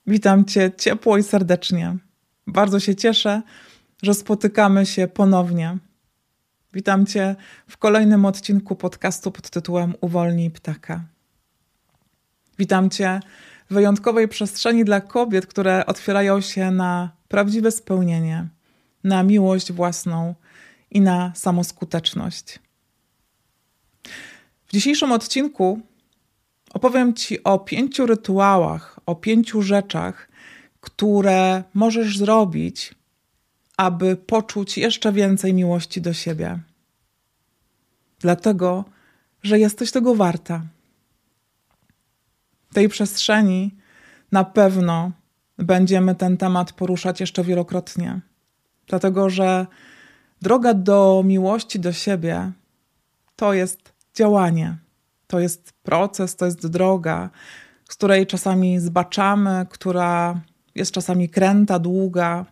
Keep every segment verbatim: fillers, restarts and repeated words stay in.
Witam Cię ciepło i serdecznie. Bardzo się cieszę, że spotykamy się ponownie. Witam Cię w kolejnym odcinku podcastu pod tytułem Uwolnij ptaka. Witam Cię w wyjątkowej przestrzeni dla kobiet, które otwierają się na prawdziwe spełnienie, na miłość własną i na samoskuteczność. W dzisiejszym odcinku opowiem Ci o pięciu rytuałach, o pięciu rzeczach, które możesz zrobić, aby poczuć jeszcze więcej miłości do siebie. Dlatego, że jesteś tego warta. W tej przestrzeni na pewno będziemy ten temat poruszać jeszcze wielokrotnie. Dlatego, że droga do miłości do siebie to jest działanie. To jest proces, to jest droga, z której czasami zbaczamy, która jest czasami kręta, długa,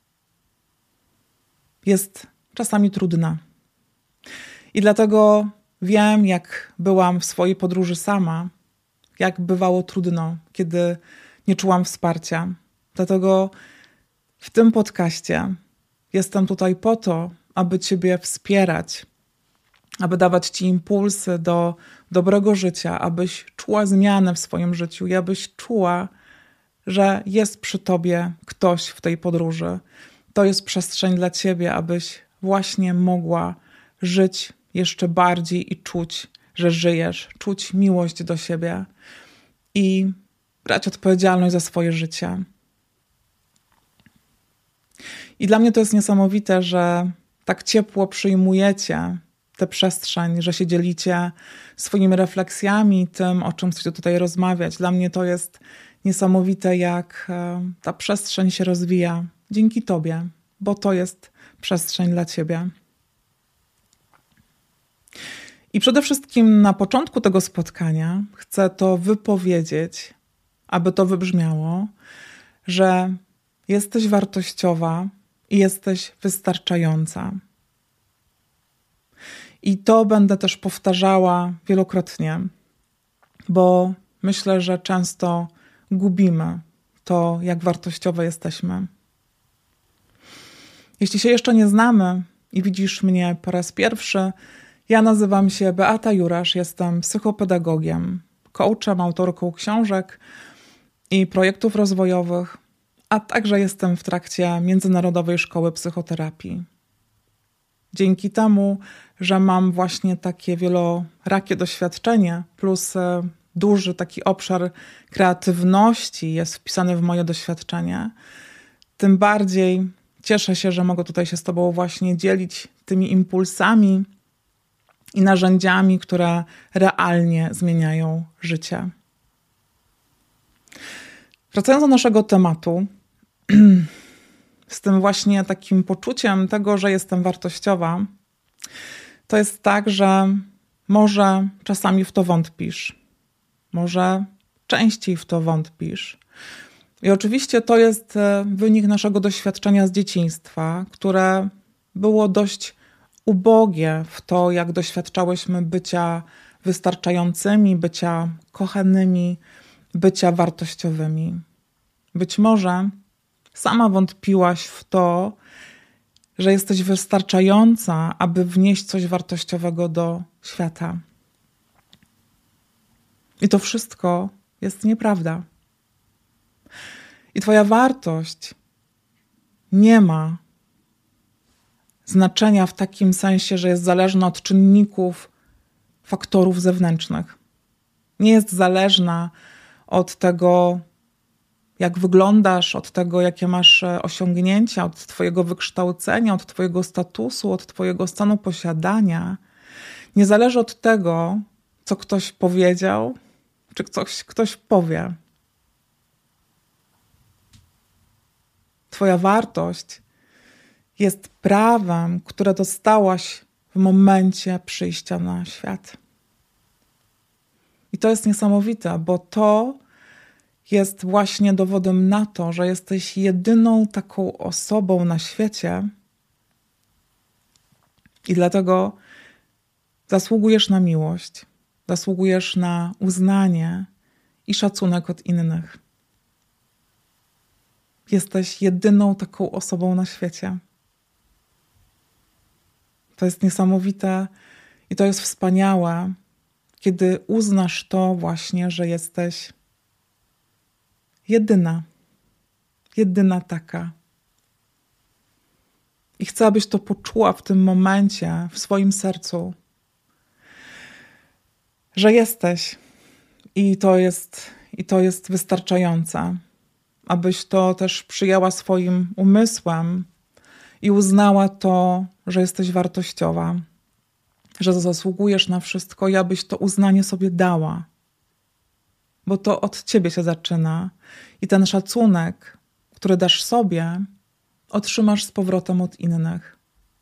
jest czasami trudna. I dlatego wiem, jak byłam w swojej podróży sama, jak bywało trudno, kiedy nie czułam wsparcia. Dlatego w tym podcaście jestem tutaj po to, aby Ciebie wspierać, aby dawać Ci impulsy do dobrego życia, abyś czuła zmianę w swoim życiu i abyś czuła, że jest przy Tobie ktoś w tej podróży. To jest przestrzeń dla Ciebie, abyś właśnie mogła żyć jeszcze bardziej i czuć, że żyjesz, czuć miłość do siebie i brać odpowiedzialność za swoje życie. I dla mnie to jest niesamowite, że tak ciepło przyjmujecie tę przestrzeń, że się dzielicie swoimi refleksjami, tym, o czym chcecie tutaj rozmawiać. Dla mnie to jest niesamowite, jak ta przestrzeń się rozwija dzięki Tobie, bo to jest przestrzeń dla Ciebie. I przede wszystkim na początku tego spotkania chcę to wypowiedzieć, aby to wybrzmiało, że jesteś wartościowa i jesteś wystarczająca. I to będę też powtarzała wielokrotnie, bo myślę, że często gubimy to, jak wartościowe jesteśmy. Jeśli się jeszcze nie znamy i widzisz mnie po raz pierwszy, ja nazywam się Beata Jurasz, jestem psychopedagogiem, coachem, autorką książek i projektów rozwojowych, a także jestem w trakcie Międzynarodowej Szkoły Psychoterapii. Dzięki temu, że mam właśnie takie wielorakie doświadczenie, plus duży taki obszar kreatywności jest wpisany w moje doświadczenie, tym bardziej cieszę się, że mogę tutaj się z Tobą właśnie dzielić tymi impulsami i narzędziami, które realnie zmieniają życie. Wracając do naszego tematu, z tym właśnie takim poczuciem tego, że jestem wartościowa, to jest tak, że może czasami w to wątpisz, może częściej w to wątpisz. I oczywiście to jest wynik naszego doświadczenia z dzieciństwa, które było dość ubogie w to, jak doświadczałyśmy bycia wystarczającymi, bycia kochanymi, bycia wartościowymi. Być może sama wątpiłaś w to, że jesteś wystarczająca, aby wnieść coś wartościowego do świata. I to wszystko jest nieprawda. I Twoja wartość nie ma znaczenia w takim sensie, że jest zależna od czynników, faktorów zewnętrznych. Nie jest zależna od tego, jak wyglądasz, od tego, jakie masz osiągnięcia, od Twojego wykształcenia, od Twojego statusu, od Twojego stanu posiadania. Nie zależy od tego, co ktoś powiedział, czy coś ktoś powie. Twoja wartość jest prawem, które dostałaś w momencie przyjścia na świat. I to jest niesamowite, bo to jest właśnie dowodem na to, że jesteś jedyną taką osobą na świecie i dlatego zasługujesz na miłość, zasługujesz na uznanie i szacunek od innych. Jesteś jedyną taką osobą na świecie. To jest niesamowite i to jest wspaniałe, kiedy uznasz to właśnie, że jesteś jedyna. Jedyna taka. I chcę, abyś to poczuła w tym momencie, w swoim sercu, że jesteś i to jest, i to jest wystarczające. Abyś to też przyjęła swoim umysłem i uznała to, że jesteś wartościowa, że zasługujesz na wszystko i abyś to uznanie sobie dała. Bo to od ciebie się zaczyna i ten szacunek, który dasz sobie, otrzymasz z powrotem od innych.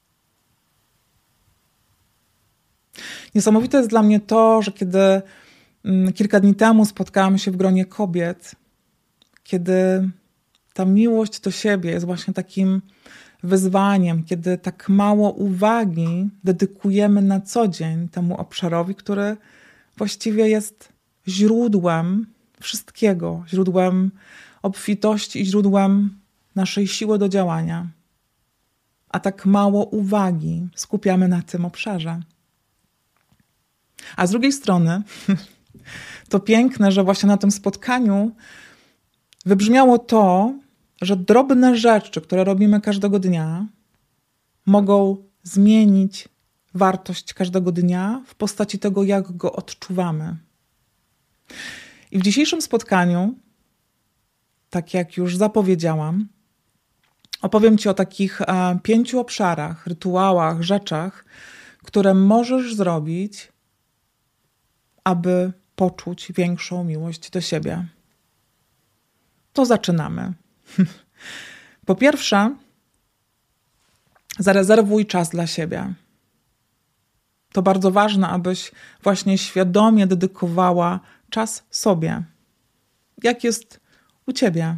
Niesamowite jest dla mnie to, że kiedy kilka dni temu spotkałam się w gronie kobiet, kiedy ta miłość do siebie jest właśnie takim wyzwaniem, kiedy tak mało uwagi dedykujemy na co dzień temu obszarowi, który właściwie jest źródłem wszystkiego, źródłem obfitości i źródłem naszej siły do działania. A tak mało uwagi skupiamy na tym obszarze. A z drugiej strony to piękne, że właśnie na tym spotkaniu wybrzmiało to, że drobne rzeczy, które robimy każdego dnia, mogą zmienić wartość każdego dnia w postaci tego, jak go odczuwamy. I w dzisiejszym spotkaniu, tak jak już zapowiedziałam, opowiem Ci o takich e, pięciu obszarach, rytuałach, rzeczach, które możesz zrobić, aby poczuć większą miłość do siebie. To zaczynamy. Po pierwsze, zarezerwuj czas dla siebie. To bardzo ważne, abyś właśnie świadomie dedykowała czas sobie. Jak jest u ciebie?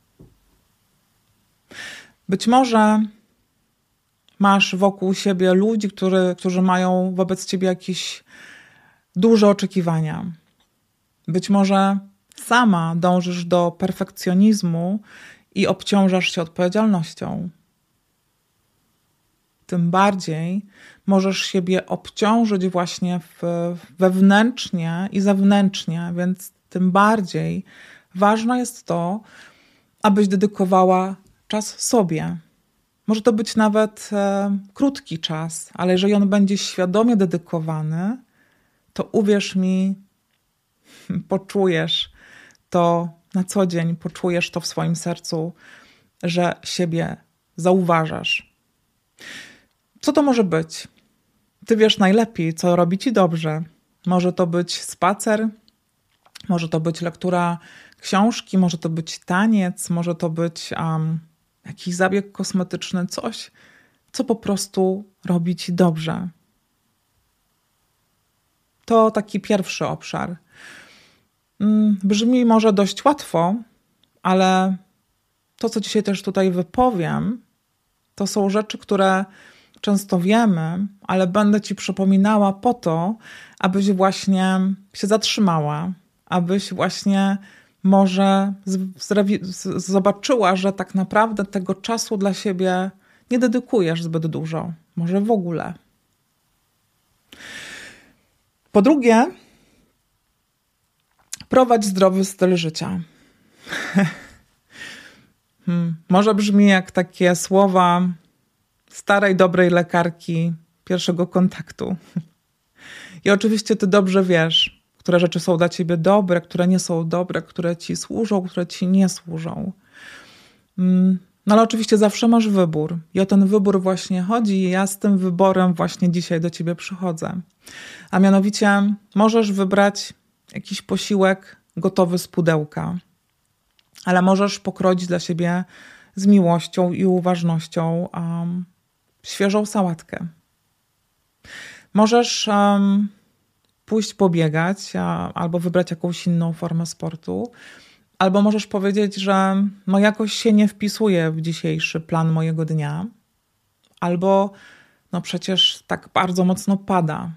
Być może masz wokół siebie ludzi, którzy, którzy mają wobec ciebie jakieś duże oczekiwania. Być może sama dążysz do perfekcjonizmu i obciążasz się odpowiedzialnością. Tym bardziej możesz siebie obciążyć właśnie w, wewnętrznie i zewnętrznie, więc tym bardziej ważne jest to, abyś dedykowała czas sobie. Może to być nawet e, krótki czas, ale jeżeli on będzie świadomie dedykowany, to uwierz mi, poczujesz to na co dzień, poczujesz to w swoim sercu, że siebie zauważasz. Co to może być? Ty wiesz najlepiej, co robi ci dobrze. Może to być spacer, może to być lektura książki, może to być taniec, może to być um, jakiś zabieg kosmetyczny, coś, co po prostu robi ci dobrze. To taki pierwszy obszar. Brzmi może dość łatwo, ale to, co dzisiaj też tutaj wypowiem, to są rzeczy, które często wiemy, ale będę ci przypominała po to, abyś właśnie się zatrzymała, abyś właśnie może zobaczyła, że tak naprawdę tego czasu dla siebie nie dedykujesz zbyt dużo, może w ogóle. Po drugie, prowadź zdrowy styl życia. hmm, może brzmi jak takie słowa starej, dobrej lekarki pierwszego kontaktu. I oczywiście ty dobrze wiesz, które rzeczy są dla ciebie dobre, które nie są dobre, które ci służą, które ci nie służą. Hmm, no ale oczywiście zawsze masz wybór. I o ten wybór właśnie chodzi i ja z tym wyborem właśnie dzisiaj do ciebie przychodzę. A mianowicie możesz wybrać jakiś posiłek gotowy z pudełka, ale możesz pokroić dla siebie z miłością i uważnością um, świeżą sałatkę. Możesz um, pójść pobiegać a, albo wybrać jakąś inną formę sportu, albo możesz powiedzieć, że no jakoś się nie wpisuje w dzisiejszy plan mojego dnia, albo no przecież tak bardzo mocno pada.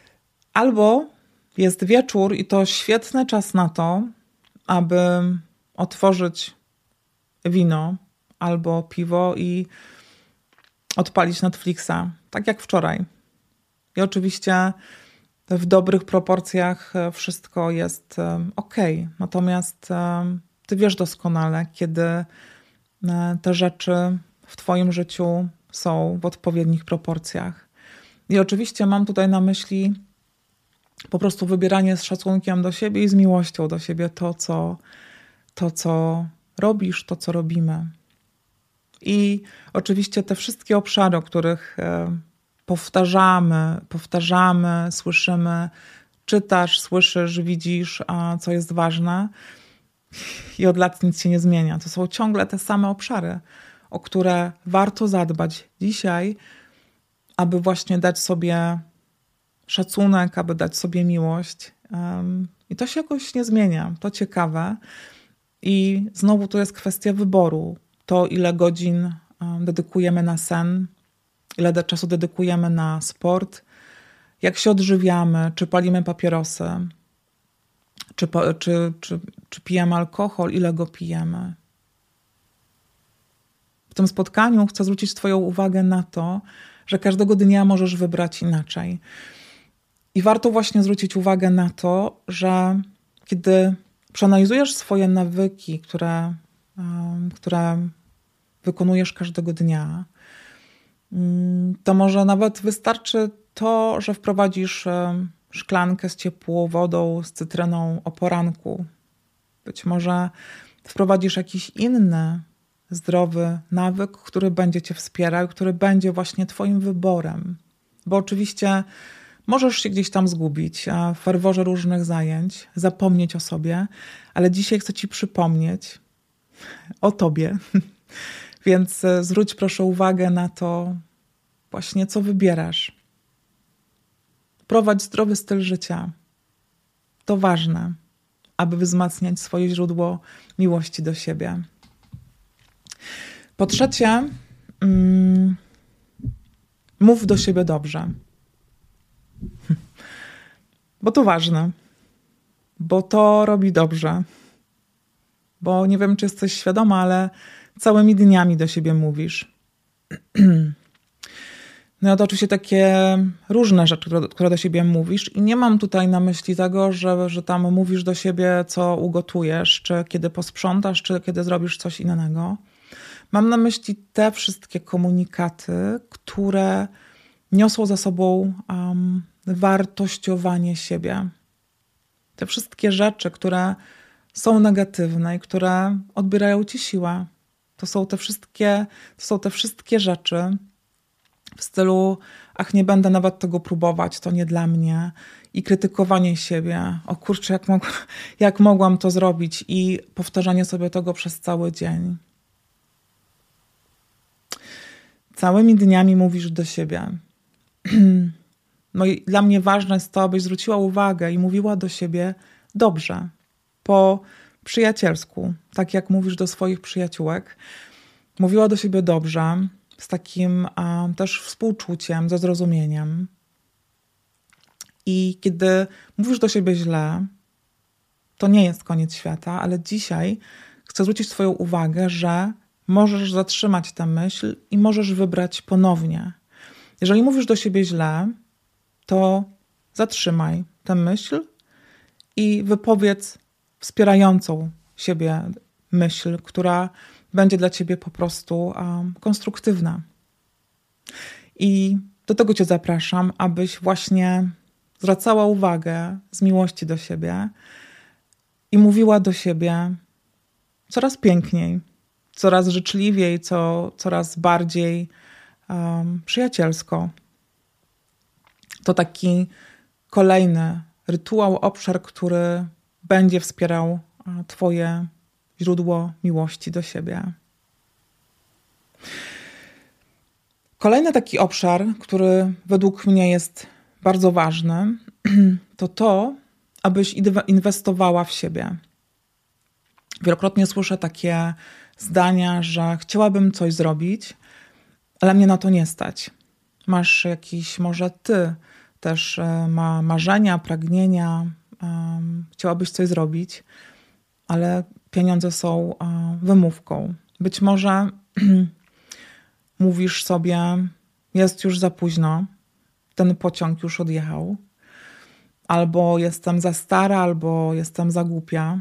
Albo jest wieczór i to świetny czas na to, aby otworzyć wino albo piwo i odpalić Netflixa, tak jak wczoraj. I oczywiście w dobrych proporcjach wszystko jest ok. Natomiast ty wiesz doskonale, kiedy te rzeczy w twoim życiu są w odpowiednich proporcjach. I oczywiście mam tutaj na myśli po prostu wybieranie z szacunkiem do siebie i z miłością do siebie to, co, to, co robisz, to, co robimy. I oczywiście te wszystkie obszary, o których powtarzamy, powtarzamy, słyszymy, czytasz, słyszysz, widzisz, a co jest ważne i od lat nic się nie zmienia. To są ciągle te same obszary, o które warto zadbać dzisiaj, aby właśnie dać sobie szacunek, aby dać sobie miłość. I to się jakoś nie zmienia. To ciekawe. I znowu to jest kwestia wyboru. To, ile godzin dedykujemy na sen, ile czasu dedykujemy na sport, jak się odżywiamy, czy palimy papierosy, czy, czy, czy, czy pijemy alkohol, ile go pijemy. W tym spotkaniu chcę zwrócić twoją uwagę na to, że każdego dnia możesz wybrać inaczej. I warto właśnie zwrócić uwagę na to, że kiedy przeanalizujesz swoje nawyki, które, które wykonujesz każdego dnia, to może nawet wystarczy to, że wprowadzisz szklankę z ciepłą wodą, z cytryną o poranku. Być może wprowadzisz jakiś inny zdrowy nawyk, który będzie cię wspierał, który będzie właśnie twoim wyborem. Bo oczywiście możesz się gdzieś tam zgubić w ferworze różnych zajęć, zapomnieć o sobie, ale dzisiaj chcę ci przypomnieć o tobie. Więc zwróć proszę uwagę na to właśnie, co wybierasz. Prowadź zdrowy styl życia. To ważne, aby wzmacniać swoje źródło miłości do siebie. Po trzecie, mm, mów do siebie dobrze. Bo to ważne. Bo to robi dobrze. Bo nie wiem, czy jesteś świadoma, ale całymi dniami do siebie mówisz. No to oczywiście takie różne rzeczy, które, które do siebie mówisz i nie mam tutaj na myśli tego, że, że tam mówisz do siebie, co ugotujesz, czy kiedy posprzątasz, czy kiedy zrobisz coś innego. Mam na myśli te wszystkie komunikaty, które niosą za sobą um, wartościowanie siebie. Te wszystkie rzeczy, które są negatywne i które odbierają ci siłę. To są te wszystkie, to są te wszystkie rzeczy w stylu ach, nie będę nawet tego próbować, to nie dla mnie. I krytykowanie siebie. O kurczę, jak, mog- jak mogłam to zrobić? I powtarzanie sobie tego przez cały dzień. Całymi dniami mówisz do siebie. No i dla mnie ważne jest to, abyś zwróciła uwagę i mówiła do siebie dobrze, po przyjacielsku, tak jak mówisz do swoich przyjaciółek. Mówiła do siebie dobrze, z takim a, też współczuciem, ze zrozumieniem. I kiedy mówisz do siebie źle, to nie jest koniec świata, ale dzisiaj chcę zwrócić twoją uwagę, że możesz zatrzymać tę myśl i możesz wybrać ponownie. Jeżeli mówisz do siebie źle, to zatrzymaj tę myśl i wypowiedz wspierającą siebie myśl, która będzie dla ciebie po prostu um, konstruktywna. I do tego cię zapraszam, abyś właśnie zwracała uwagę z miłości do siebie i mówiła do siebie coraz piękniej, coraz życzliwiej, co, coraz bardziej um, przyjacielsko. To taki kolejny rytuał, obszar, który będzie wspierał twoje źródło miłości do siebie. Kolejny taki obszar, który według mnie jest bardzo ważny, to to, abyś inwestowała w siebie. Wielokrotnie słyszę takie zdania, że chciałabym coś zrobić, ale mnie na to nie stać. Masz jakiś, może ty też ma marzenia, pragnienia, um, chciałabyś coś zrobić, ale pieniądze są wymówką. Być może mówisz sobie, jest już za późno, ten pociąg już odjechał, albo jestem za stara, albo jestem za głupia.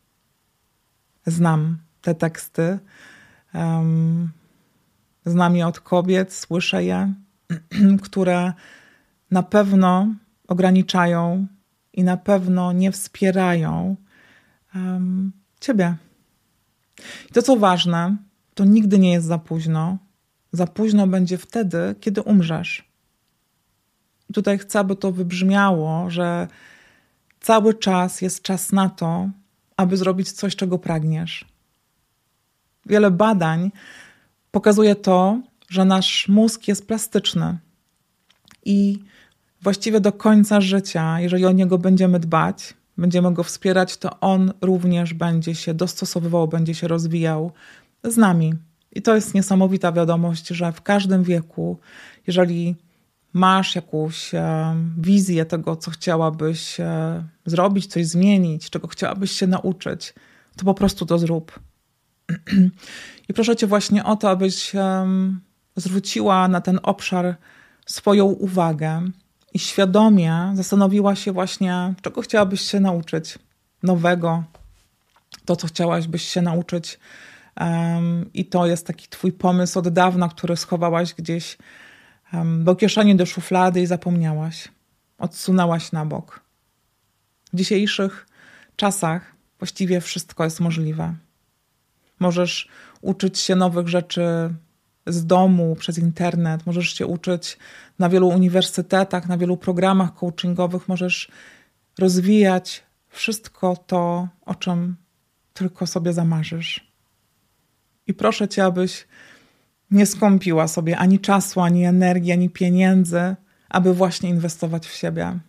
Znam te teksty, um, znam je od kobiet, słyszę je, które na pewno ograniczają i na pewno nie wspierają um, ciebie. I to, co ważne, to nigdy nie jest za późno. Za późno będzie wtedy, kiedy umrzesz. I tutaj chcę, aby to wybrzmiało, że cały czas jest czas na to, aby zrobić coś, czego pragniesz. Wiele badań pokazuje to, że nasz mózg jest plastyczny i właściwie do końca życia, jeżeli o niego będziemy dbać, będziemy go wspierać, to on również będzie się dostosowywał, będzie się rozwijał z nami. I to jest niesamowita wiadomość, że w każdym wieku, jeżeli masz jakąś e, wizję tego, co chciałabyś e, zrobić, coś zmienić, czego chciałabyś się nauczyć, to po prostu to zrób. I proszę cię właśnie o to, abyś e, zwróciła na ten obszar swoją uwagę i świadomie zastanowiła się właśnie, czego chciałabyś się nauczyć nowego, to, co chciałabyś się nauczyć. Um, I to jest taki twój pomysł od dawna, który schowałaś gdzieś um, do kieszeni, do szuflady i zapomniałaś. Odsunęłaś na bok. W dzisiejszych czasach właściwie wszystko jest możliwe. Możesz uczyć się nowych rzeczy z domu, przez internet. Możesz się uczyć na wielu uniwersytetach, na wielu programach coachingowych. Możesz rozwijać wszystko to, o czym tylko sobie zamarzysz. I proszę cię, abyś nie skąpiła sobie ani czasu, ani energii, ani pieniędzy, aby właśnie inwestować w siebie.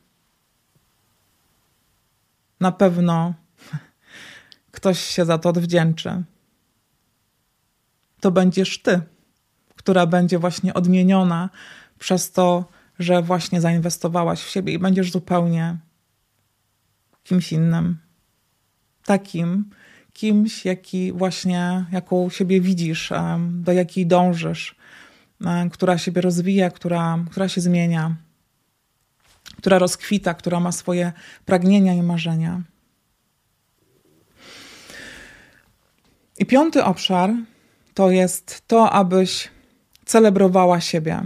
Na pewno ktoś się za to odwdzięczy. To będziesz ty, która będzie właśnie odmieniona przez to, że właśnie zainwestowałaś w siebie i będziesz zupełnie kimś innym. Takim, kimś, jaki właśnie, jaką siebie widzisz, do jakiej dążysz, która siebie rozwija, która, która się zmienia, która rozkwita, która ma swoje pragnienia i marzenia. I piąty obszar to jest to, abyś celebrowała siebie.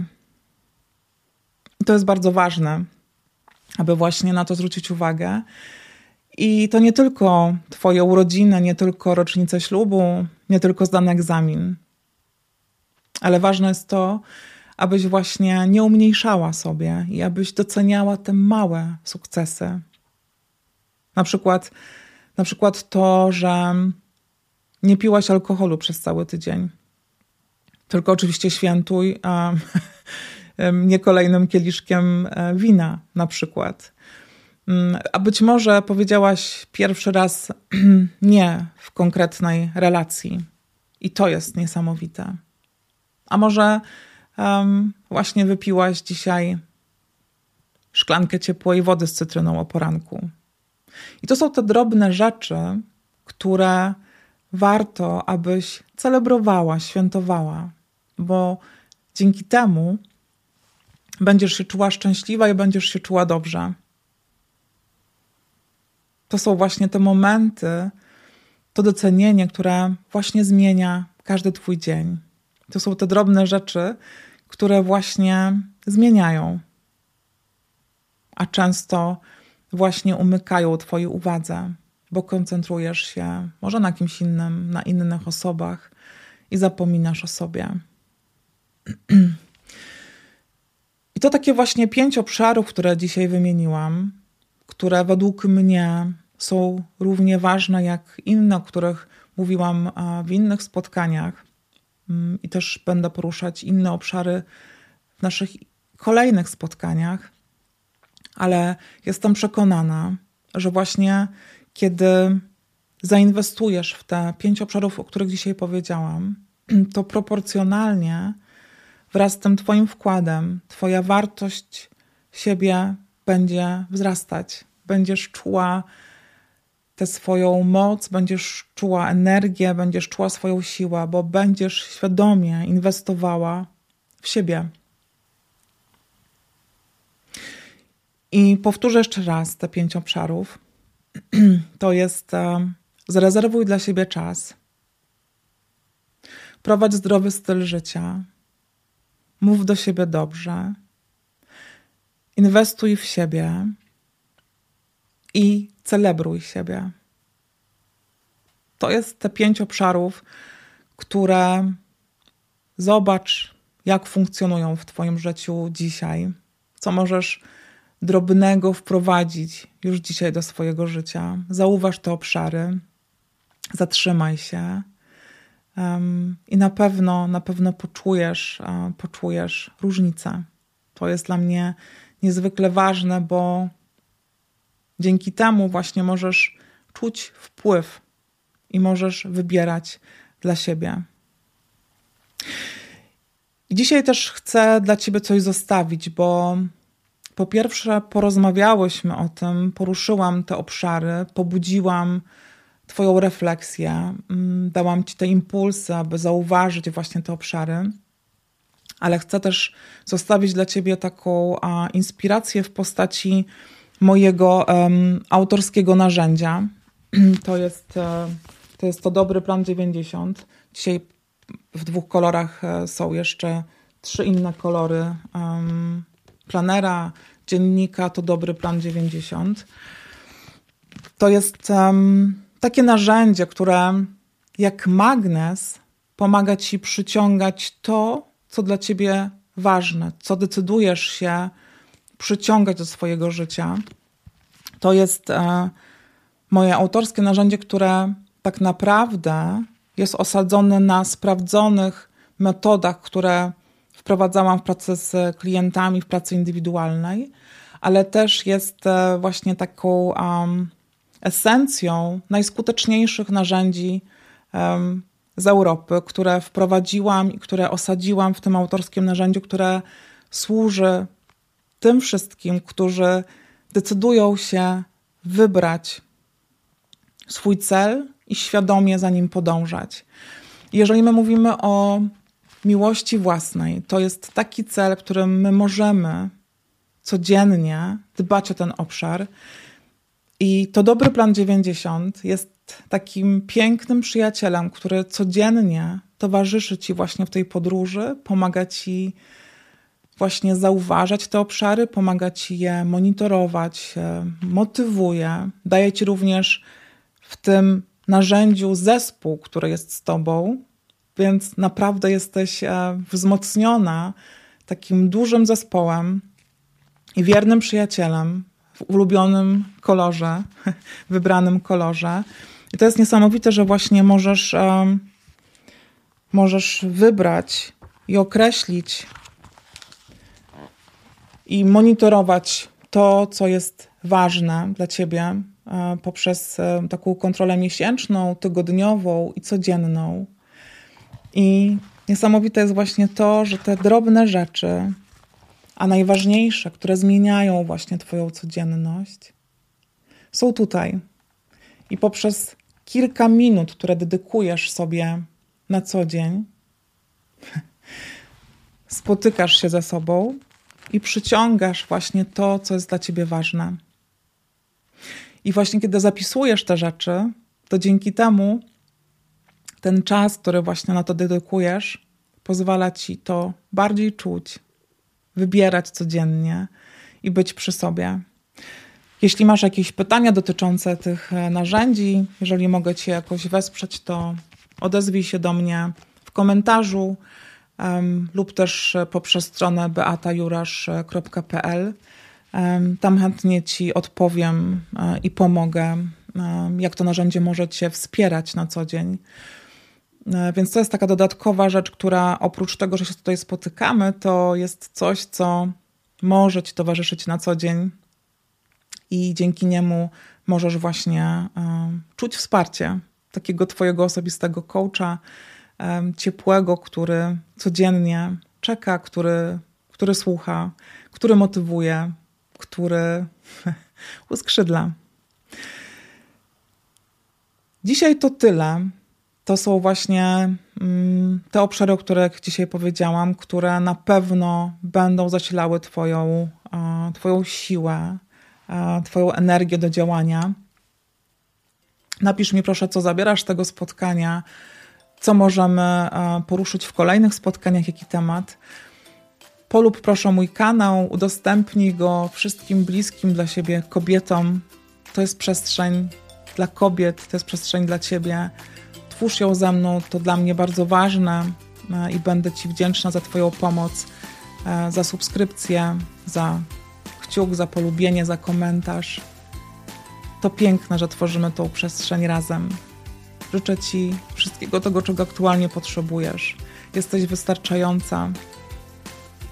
I to jest bardzo ważne, aby właśnie na to zwrócić uwagę. I to nie tylko twoje urodziny, nie tylko rocznicę ślubu, nie tylko zdany egzamin. Ale ważne jest to, abyś właśnie nie umniejszała sobie i abyś doceniała te małe sukcesy. Na przykład, na przykład to, że nie piłaś alkoholu przez cały tydzień. Tylko oczywiście świętuj a, nie kolejnym kieliszkiem wina na przykład. A być może powiedziałaś pierwszy raz nie w konkretnej relacji. I to jest niesamowite. A może um, właśnie wypiłaś dzisiaj szklankę ciepłej wody z cytryną o poranku. I to są te drobne rzeczy, które warto, abyś celebrowała, świętowała, bo dzięki temu będziesz się czuła szczęśliwa i będziesz się czuła dobrze. To są właśnie te momenty, to docenienie, które właśnie zmienia każdy twój dzień. To są te drobne rzeczy, które właśnie zmieniają, a często właśnie umykają twojej uwadze, bo koncentrujesz się może na kimś innym, na innych osobach i zapominasz o sobie. I to takie właśnie pięć obszarów, które dzisiaj wymieniłam, które według mnie są równie ważne jak inne, o których mówiłam w innych spotkaniach i też będę poruszać inne obszary w naszych kolejnych spotkaniach, ale jestem przekonana, że właśnie kiedy zainwestujesz w te pięć obszarów, o których dzisiaj powiedziałam, to proporcjonalnie wraz z tym twoim wkładem twoja wartość siebie będzie wzrastać. Będziesz czuła tę swoją moc, będziesz czuła energię, będziesz czuła swoją siłę, bo będziesz świadomie inwestowała w siebie. I powtórzę jeszcze raz te pięć obszarów. To jest um, zarezerwuj dla siebie czas, prowadź zdrowy styl życia, mów do siebie dobrze, inwestuj w siebie i celebruj siebie. To jest te pięć obszarów, które zobacz, jak funkcjonują w twoim życiu dzisiaj, co możesz drobnego wprowadzić już dzisiaj do swojego życia. Zauważ te obszary, zatrzymaj się um, i na pewno, na pewno poczujesz, uh, poczujesz różnicę. To jest dla mnie niezwykle ważne, bo dzięki temu właśnie możesz czuć wpływ i możesz wybierać dla siebie. I dzisiaj też chcę dla ciebie coś zostawić, bo po pierwsze porozmawiałyśmy o tym, poruszyłam te obszary, pobudziłam twoją refleksję, dałam ci te impulsy, aby zauważyć właśnie te obszary, ale chcę też zostawić dla ciebie taką a, inspirację w postaci mojego um, autorskiego narzędzia. To jest, to jest to Dobry Plan dziewięćdziesiąt. Dzisiaj w dwóch kolorach są jeszcze trzy inne kolory um, planera, dziennika, to Dobry Plan dziewięćdziesiąt. To jest um, takie narzędzie, które jak magnes pomaga ci przyciągać to, co dla ciebie ważne, co decydujesz się przyciągać do swojego życia. To jest e, moje autorskie narzędzie, które tak naprawdę jest osadzone na sprawdzonych metodach, które wprowadzałam w pracy z klientami, w pracy indywidualnej, ale też jest e, właśnie taką um, esencją najskuteczniejszych narzędzi um, z Europy, które wprowadziłam i które osadziłam w tym autorskim narzędziu, które służy tym wszystkim, którzy decydują się wybrać swój cel i świadomie za nim podążać. Jeżeli my mówimy o miłości własnej, to jest taki cel, którym my możemy codziennie dbać o ten obszar. I to Dobry Plan dziewięćdziesiąt jest takim pięknym przyjacielem, który codziennie towarzyszy ci właśnie w tej podróży, pomaga ci właśnie zauważać te obszary, pomaga ci je monitorować, motywuje, daje ci również w tym narzędziu zespół, który jest z tobą, więc naprawdę jesteś wzmocniona takim dużym zespołem i wiernym przyjacielem w ulubionym kolorze, wybranym kolorze. I to jest niesamowite, że właśnie możesz, um, możesz wybrać i określić i monitorować to, co jest ważne dla ciebie um, poprzez um, taką kontrolę miesięczną, tygodniową i codzienną. I niesamowite jest właśnie to, że te drobne rzeczy, a najważniejsze, które zmieniają właśnie twoją codzienność, są tutaj. I poprzez kilka minut, które dedykujesz sobie na co dzień, spotykasz się ze sobą i przyciągasz właśnie to, co jest dla ciebie ważne. I właśnie kiedy zapisujesz te rzeczy, to dzięki temu ten czas, który właśnie na to dedykujesz, pozwala ci to bardziej czuć, wybierać codziennie i być przy sobie. Jeśli masz jakieś pytania dotyczące tych narzędzi, jeżeli mogę cię jakoś wesprzeć, to odezwij się do mnie w komentarzu um, lub też poprzez stronę beata jurasz kropka p l. Um, tam chętnie ci odpowiem um, i pomogę, um, jak to narzędzie może cię wspierać na co dzień. Um, więc to jest taka dodatkowa rzecz, która oprócz tego, że się tutaj spotykamy, to jest coś, co może ci towarzyszyć na co dzień i dzięki niemu możesz właśnie um, czuć wsparcie takiego twojego osobistego coacha, um, ciepłego, który codziennie czeka, który, który słucha, który motywuje, który uskrzydla. Dzisiaj to tyle. To są właśnie mm, te obszary, o których dzisiaj powiedziałam, które na pewno będą zasilały twoją, e, twoją siłę, e, twoją energię do działania. Napisz mi proszę, co zabierasz z tego spotkania, co możemy e, poruszyć w kolejnych spotkaniach, jaki temat. Polub proszę mój kanał, udostępnij go wszystkim bliskim dla siebie kobietom. To jest przestrzeń dla kobiet, to jest przestrzeń dla ciebie. Twórz ją ze mną, to dla mnie bardzo ważne i będę ci wdzięczna za twoją pomoc, za subskrypcję, za kciuk, za polubienie, za komentarz. To piękne, że tworzymy tą przestrzeń razem. Życzę ci wszystkiego tego, czego aktualnie potrzebujesz. Jesteś wystarczająca.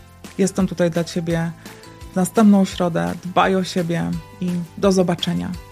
Jestem tutaj dla ciebie w następną środę. Dbaj o siebie i do zobaczenia.